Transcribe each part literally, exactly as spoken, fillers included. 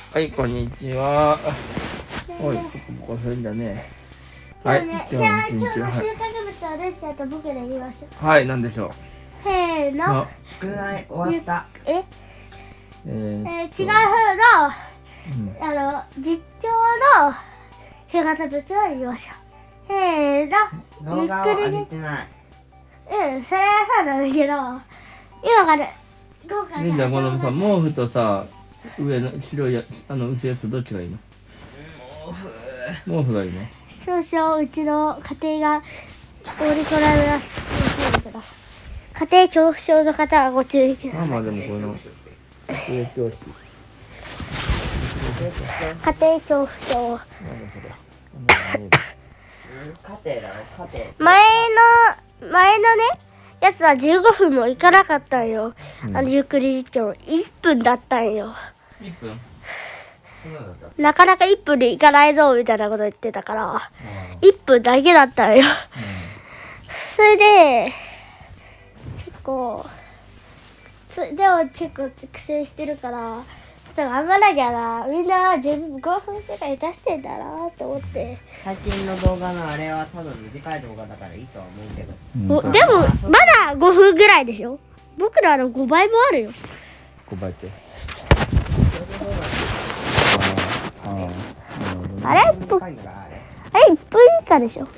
はい、こんにちは。おい、ここそれんだね。はい、 今日の収穫物をルッチャーと僕で言いましょう。はい、なんでしょう。 せーの。 宿題終わった。 え、 ええー、 ー、違う風の、 うん、 あの実況の収穫物を言いましょう。せーの。 動画を上げてない。 うん、それはそうなんだけど、今から豪華なりんちゃん、このさ、毛布とさ、上の白いやあの薄いやつどっちがいいの？ 毛布。 毛布がいいの？ 少々うちの家庭がおりこられます。家庭恐怖症の方はご注意ください。 まあまあでもこの家庭教師。 家庭恐怖症。 なんだそれ。なんだ家庭だろ、家庭。 前の前のねやつはじゅうごふんもいかなかったんよ、 うん、 あのゆっくり実況いっぷんだったんよ。 いっぷん？そんなだった？ なかなかいっぷんでいかないぞみたいなこと言ってたからうん、 いっぷんだけだったんよ、うん、それで結構つでも結構苦戦してるからちょっと頑張らなきゃな、みんな自分ごふんくらい出してんだなって思って。 最近の動画のあれは多分短い動画だからいいとは思うけど、 うん、 でもまだごふんぐらいでしょ。僕らのごばいもあるよ。 ごばいって。 あれ短いんだからあれ。 あれいっぷん以下でしょ。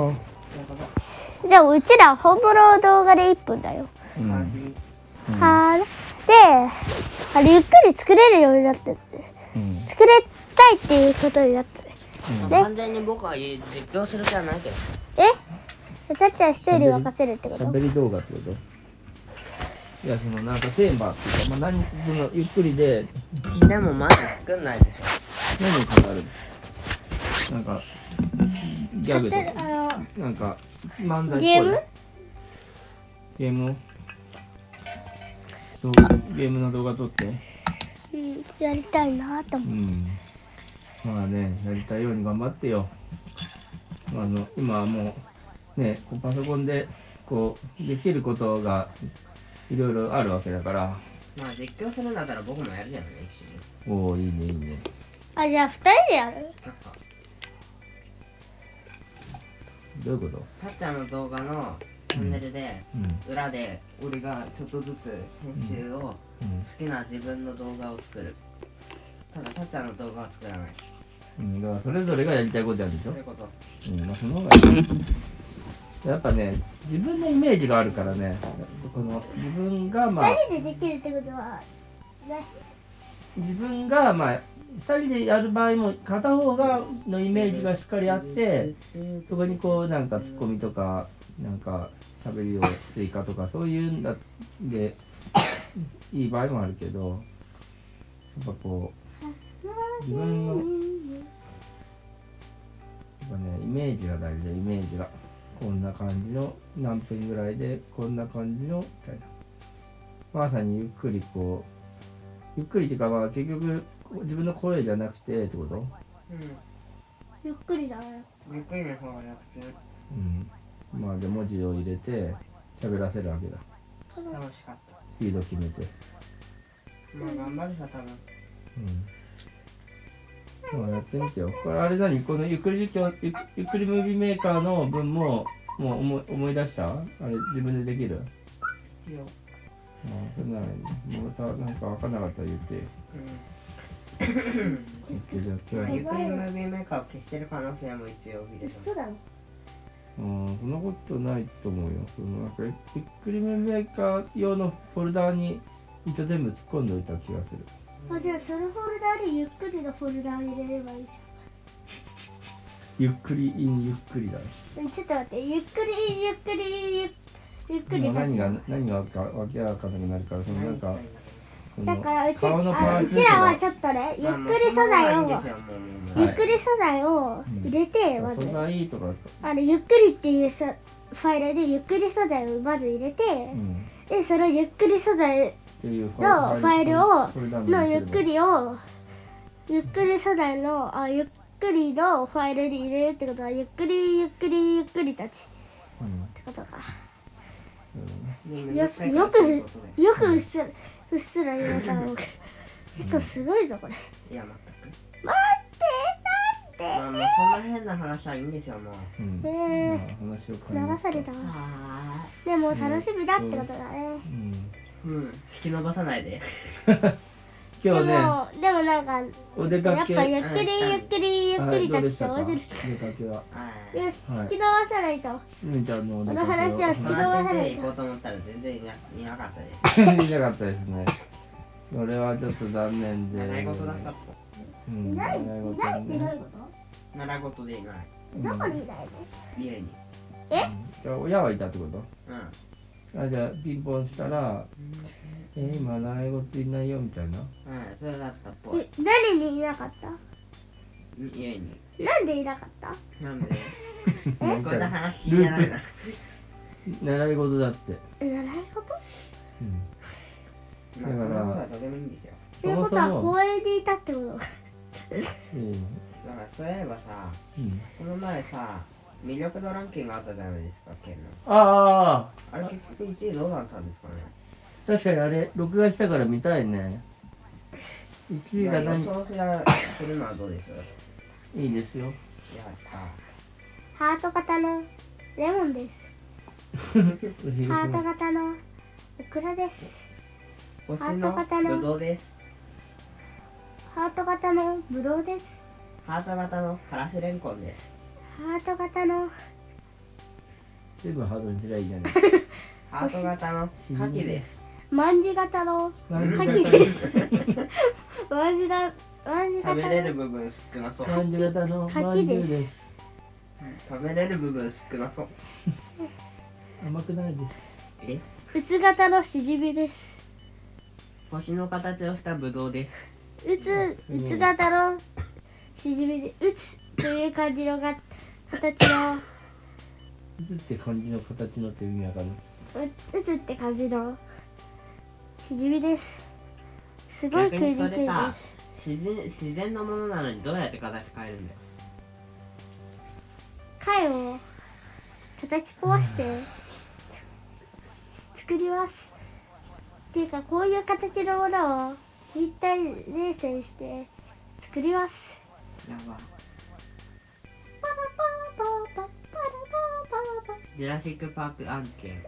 でもうちら本物の動画でいっぷんだよ。 うん、 はーで、あれゆっくり作れるようになってる、うん、作れたいっていうことになってる、 うん、完全に僕は実況する気はないけど。 え？たっちゃん一人任せるってこと？ 喋り動画ってこと？いや、そのなんかテーマっていうか、まあ、何そのゆっくりででもまず作んないでしょ。 何にかかる？なんかギャグとかなんか漫才っぽいゲーム？ ゲームをゲームの動画撮って、 うん、やりたいなと思って、 うん、まあね、やりたいように頑張ってよ。あの今はもうね、こうパソコンでこうできることがいろいろあるわけだから。 まあ実況するんだったら僕もやるじゃない一緒に。 おお、いいねいいね。 あ、じゃあふたりでやる？ どういうこと？ たっちゃんの動画のチャンネルで、うん、裏で俺がちょっとずつ編集を、うん、好きな自分の動画を作る。ただたっちゃんの動画は作らない。 うん、だからそれぞれがやりたいことやるでしょ。 そういうこと。 うん、まあその方がいい。やっぱね、自分のイメージがあるからね、この自分がまあふたりでできるってことはね、 自分がまあふたりでやる場合も片方がのイメージがしっかりあって、そこにこうなんかツッコミとかなんか喋りを追加とかそういうんだでいい場合もあるけど、やっぱこう自分のやっぱねイメージが大事だ。イメージがこんな感じの何分ぐらいでこんな感じのみたいな、まさにゆっくりこうゆっくりっていうか、まあ結局自分の声じゃなくてってこと？うん、 ゆっくりだね。 ゆっくりの方が楽ちん。 うん、まあで文字を入れて喋らせるわけだ。 楽しかった。 スピード決めて。 まあ頑張るさ多分。 うん。まあやってみてよ。これあれ何？このゆっくり実況、ゆっ、ゆっくりムービーメーカーの分ももう思い、思い出した？あれ自分でできる？ 一応。 ああ、そんなのまたなんか分かんなかったら言って。うん。じゃあ今日ゆっくりムービーメーカーを消してる可能性も一応見れた。 そうだろ。 ああ、そんなことないと思うよ。そのなんかゆっくりムービーメーカー用のフォルダーに糸全部突っ込んでおいた気がする。 あ、じゃあそのフォルダーでゆっくりのフォルダーに入れればいいじゆっくりインゆっくりだ。 ゃん。ちょっと待って、ゆっくりインゆっくりゆっゆっくり何が何がわかわけわかんなくなるから、そのなんかだからうち顔のパあーツうちらはちょっとね、ゆっくり素材をゆっくり素材を入れて、まず素材とかあのゆっくりっていうさファイルでゆっくり素材をまず入れて、うん、でそのゆっくり素材のファイルをのゆっくりをゆっくり素材のあゆっくりのファイルに入れるってことはゆっくりゆっくりゆっくりたち、うん、ってことか。よ, よくよくうっすらうっすら言えたの結構すごいぞこれ。 いや全く。 待ってまあまあそんな変な話はいいんですよもう。 うん。 えーまあ話を変えますか流されたわ。 はでも楽しみだってことだね。 うん。 ーい。うん。引き伸ばさないで。 でも今日ね、 でもなんかお出かけ。 やっぱゆっくりゆっくりゆっくりはい、どうで立つしたか？ と面出白い。 かけは。 はい。 よし、 はい引き伸ばさないと。 みーちゃんのお出かけこの話はは。 引きまあ先生行こうと思ったら全然いな、いなかったです。 いなかったですね。これはちょっと残念で。 習い事だったと。 うん。 いないい習い事ないってどういうね。 こ習い事でいない。 と？どこにいないの？ 家に。 え？ じゃあ親はいたってこと？ うん。 あ、じゃあピンポンしたら、えー、今習い事いないよみたいな。 うん、それだったっぽい。 え、何にいなかった？ 家に。 なんでいなかった？ なんでなんこんなか話聞いてないな。 習い事だって。 え、習い事？ うん。 まあ、そんなことはどうでもいいんですよ。 っていうことは公園にいたってこと？ ええ。 だからそういえばさ、 うん。 この前さ、魅力度ランキングあったじゃないですか、県の。 ああ、 あれ結局いちいどうなったんですかね。 確かにあれ録画したから見たいね。いちいがいや予何？ 想すらするのはどうでしょう。 いいですよ。 やった。 ハート型のレモンです。ハート型のオクラです。 星のぶどうです。 ハート型のブドウです。 ハート型のからしれんこんです。 ハート型の全部ハードにすりゃいいじゃない。 ハート型の牡蠣です。 まんじ型のまんじ牡型蠣です。まんじだ、まんじ型食べれるの部分少なそう。 まんじ型の柿まんじゅうです。 食べれる部分少なそう。 甘くないです。 えうつ型のしじみです。 星の形をしたぶどうです。 うつ、うつ型のしじみで、うつという感じのが形の、 うつって感じの形のって意味わかる？ う、うつって感じのしじみです。すごい逆に食いにくいです。 それさ、自然自然のものなのにどうやって形変えるんだよ。 貝を叩き壊して作ります。っていうかこういう形のものを立体冷製して作ります。 やば。 パラパラパラパラパラパラジュラシックパーク案件。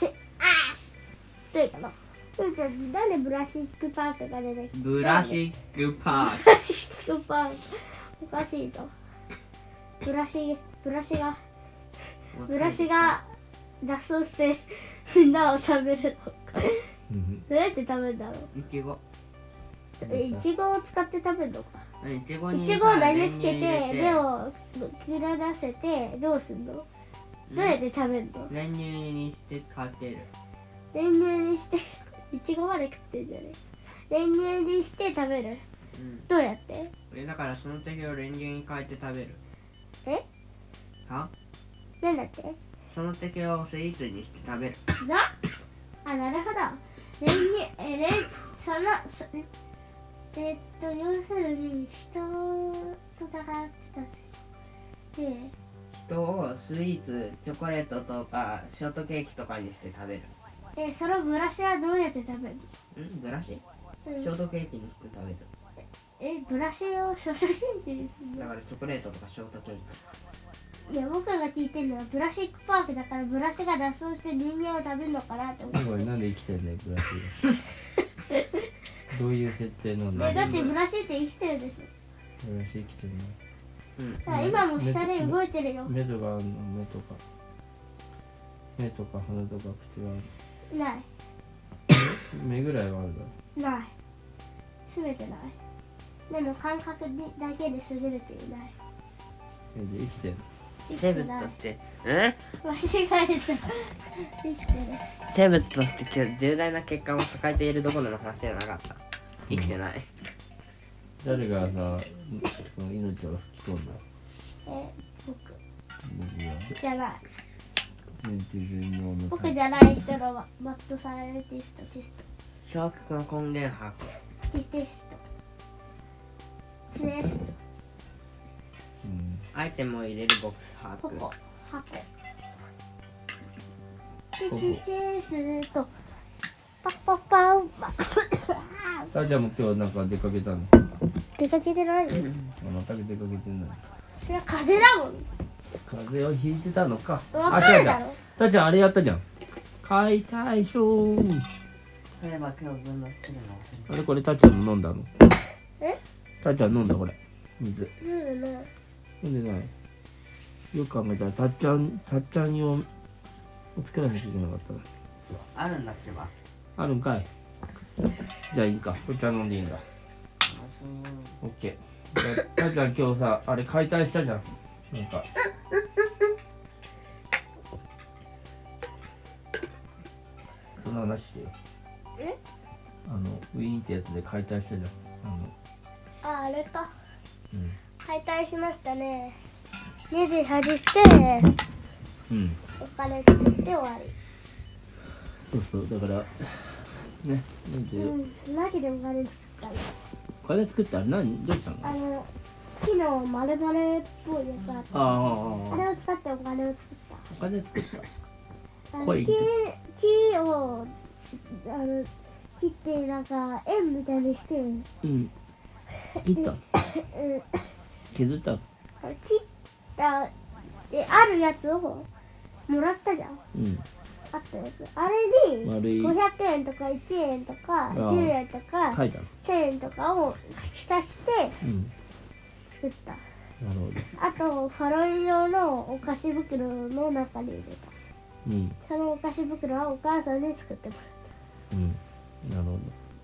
どういうこと？うんちゃんなんでブラシックパークが出てきた？ ブラシックパーブラシックパークおかしいぞ。ブラシブラシがク。 ブラシが脱走してみんなを食べるの。 うんどうやって食べるんだろう。 いちご。 えいちごを使って食べるのか。 いちごにいちごを投げつけて練乳入れ目を切ら出せてどうすんの？どうやって食べるの？ 練乳にしてかける。 練乳にしていちごまで食ってんじゃねえ。練乳にして食べる。 うん。 どうやって？ えだからその時を練乳に変えて食べる。 え？ は？ なんだって？ その時をスイーツにして食べる。 なあ、なるほど。練乳え練そのそえっと要するに人と戦ってたしで人をスイーツ、チョコレートとかショートケーキとかにして食べる。 えそのブラシはどうやって食べるんブラシ？ の？うんショートケーキにして食べる。 えブラシをショートケーキにするの？ だからチョコレートとかショートケーキ。 いや僕が聞いてるのはブラシックパークだからブラシが脱走して人間を食べるのかなって思って。 これなんで生きてんだよブラシが。どういう設定なんだよ。 えだってブラシって生きてるでしょ。 ブラシ生きてるの。 うん。 だから今も下で動いてるよ。 目とかあるの？目とか目とか鼻とか口がある。 ない目ぐらいはあるだろ。 ないすべてない。でも感覚にだけで優れていない。 えじゃあ生きてる。 生き生物てない。 としてうん間違えた。生きてる。 生物として今日重大な欠陥を抱えているどころの話じゃなかった。生きてない。 誰がさその命を吹き込んだ？ え僕僕がじゃない。 全知全能の僕じゃない人のマットサイエンティストテス小学の根源把握。 トテストテストうんアイテムを入れるボックス把ここ握。 箱ここテチチェストパッパッパウパたーちゃんも今日なんか出かけたの？ 出かけてない。全く出かけてない。 それは風邪だもん。 風邪をひいてたのか。 わかるだろ。 たーちゃんあれやったじゃん。解体ショー。 そういえば今日分の好きなの。 あれこれたーちゃん飲んだの？ え？ たーちゃん飲んだこれ水。 飲んでない。 飲んでない。よく考えたらたっちゃんたっちゃん用を作らなきゃいけなかったな。 あるんだっけば。 あるんかい。じゃあいいか。こっちは飲んでいいんだ。オッケー。じゃあたっちゃん今日さあれ解体したじゃん。なんか。その話してよ。 え？ あのウィーンってやつで解体したじゃん。あの。 あ、あれか。 うん。 解体しましたね。ネジ外して、 うん。 お金作って終わり。 そうそうだからね。ネジ。 うん。マジでお金作ったの。 お金作ったら何どうしたの？ あの木の丸々っぽいやつあった。 ああああ。 あれを使ってお金を作った。 お金作った。 あのコイン木木をあの切ってなんか円みたいにして、うん、 切った。削った。 切ったであるやつをもらったじゃん。 うん。 あったやつ。あれにごひゃくえんとかいちえんとかじゅうえんとかせんえんとかを浸して作った。 なるほど。 あとファロイ用のお菓子袋の中に入れた。うん。そのお菓子袋はお母さんに作ってもらった。 うん。なるほ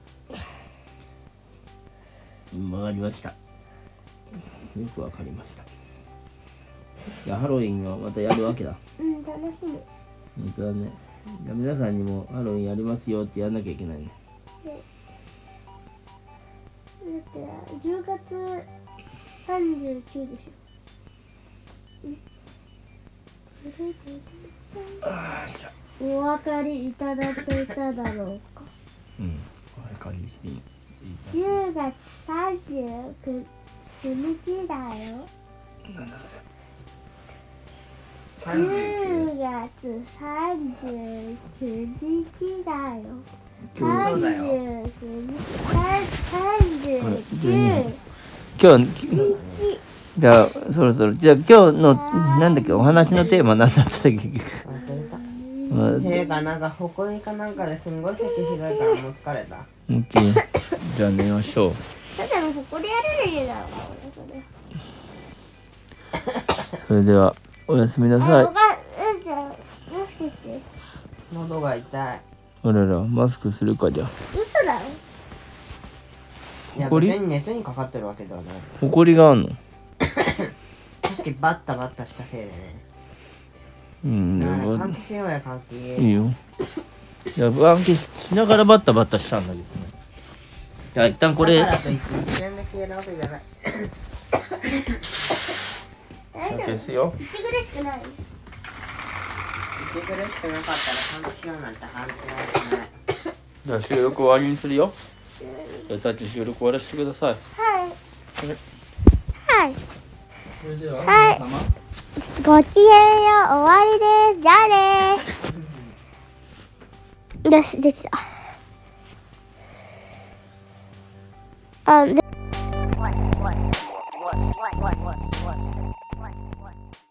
ど。わかりました。よくわかりました。じゃあハロウィンはまたやるわけだ。 うん、楽しみ。 本当だね。じゃあ皆さんにもハロウィンやりますよってやんなきゃいけないね。 ね。だってじゅうがつさんじゅうくでしょ。うん、お分かりいただけただろうか。 うん、お分かりしていじゅうがつさんじゅうくにちだよ。 なんだそれ。 じゅうがつさんじゅうくにちだよ。 今日だよ。 さんじゅうきゅう。 今日じゃあそろそろじゃあ今日のなんだっけお話のテーマなんだったっけ。 忘れた。ていうかなんかほこりかなんかですんごい席広いからもう疲れた。 オッケー。じゃあ寝ましょう。 だってもうほこりやれるだろうそれではおやすみなさい。 あ、うんじゃあマスクして。 喉が痛い。 あららマスクするかじゃあ。 嘘だよ。 いや別に熱にかかってるわけではない。 ほこりがあるの。 さっきバッタバッタしたせいでね。 うん。 だから換気しようや換気。 いいよ。じゃあ換気しながらバッタバッタしたんだけどね。じゃあ一旦これ。 だからといって一瞬で消えるわけじゃない。 大丈夫。 消すよ。 息苦しくない。 息苦しくなかったら換気しようなんて反対はしない。 じゃあ収録終わりにするよ。じゃあたち収録終わらせてください。 はい。はい。 それでははい。 皆様。 ごきげんよう終わりです。じゃあねー。よしできた。あで。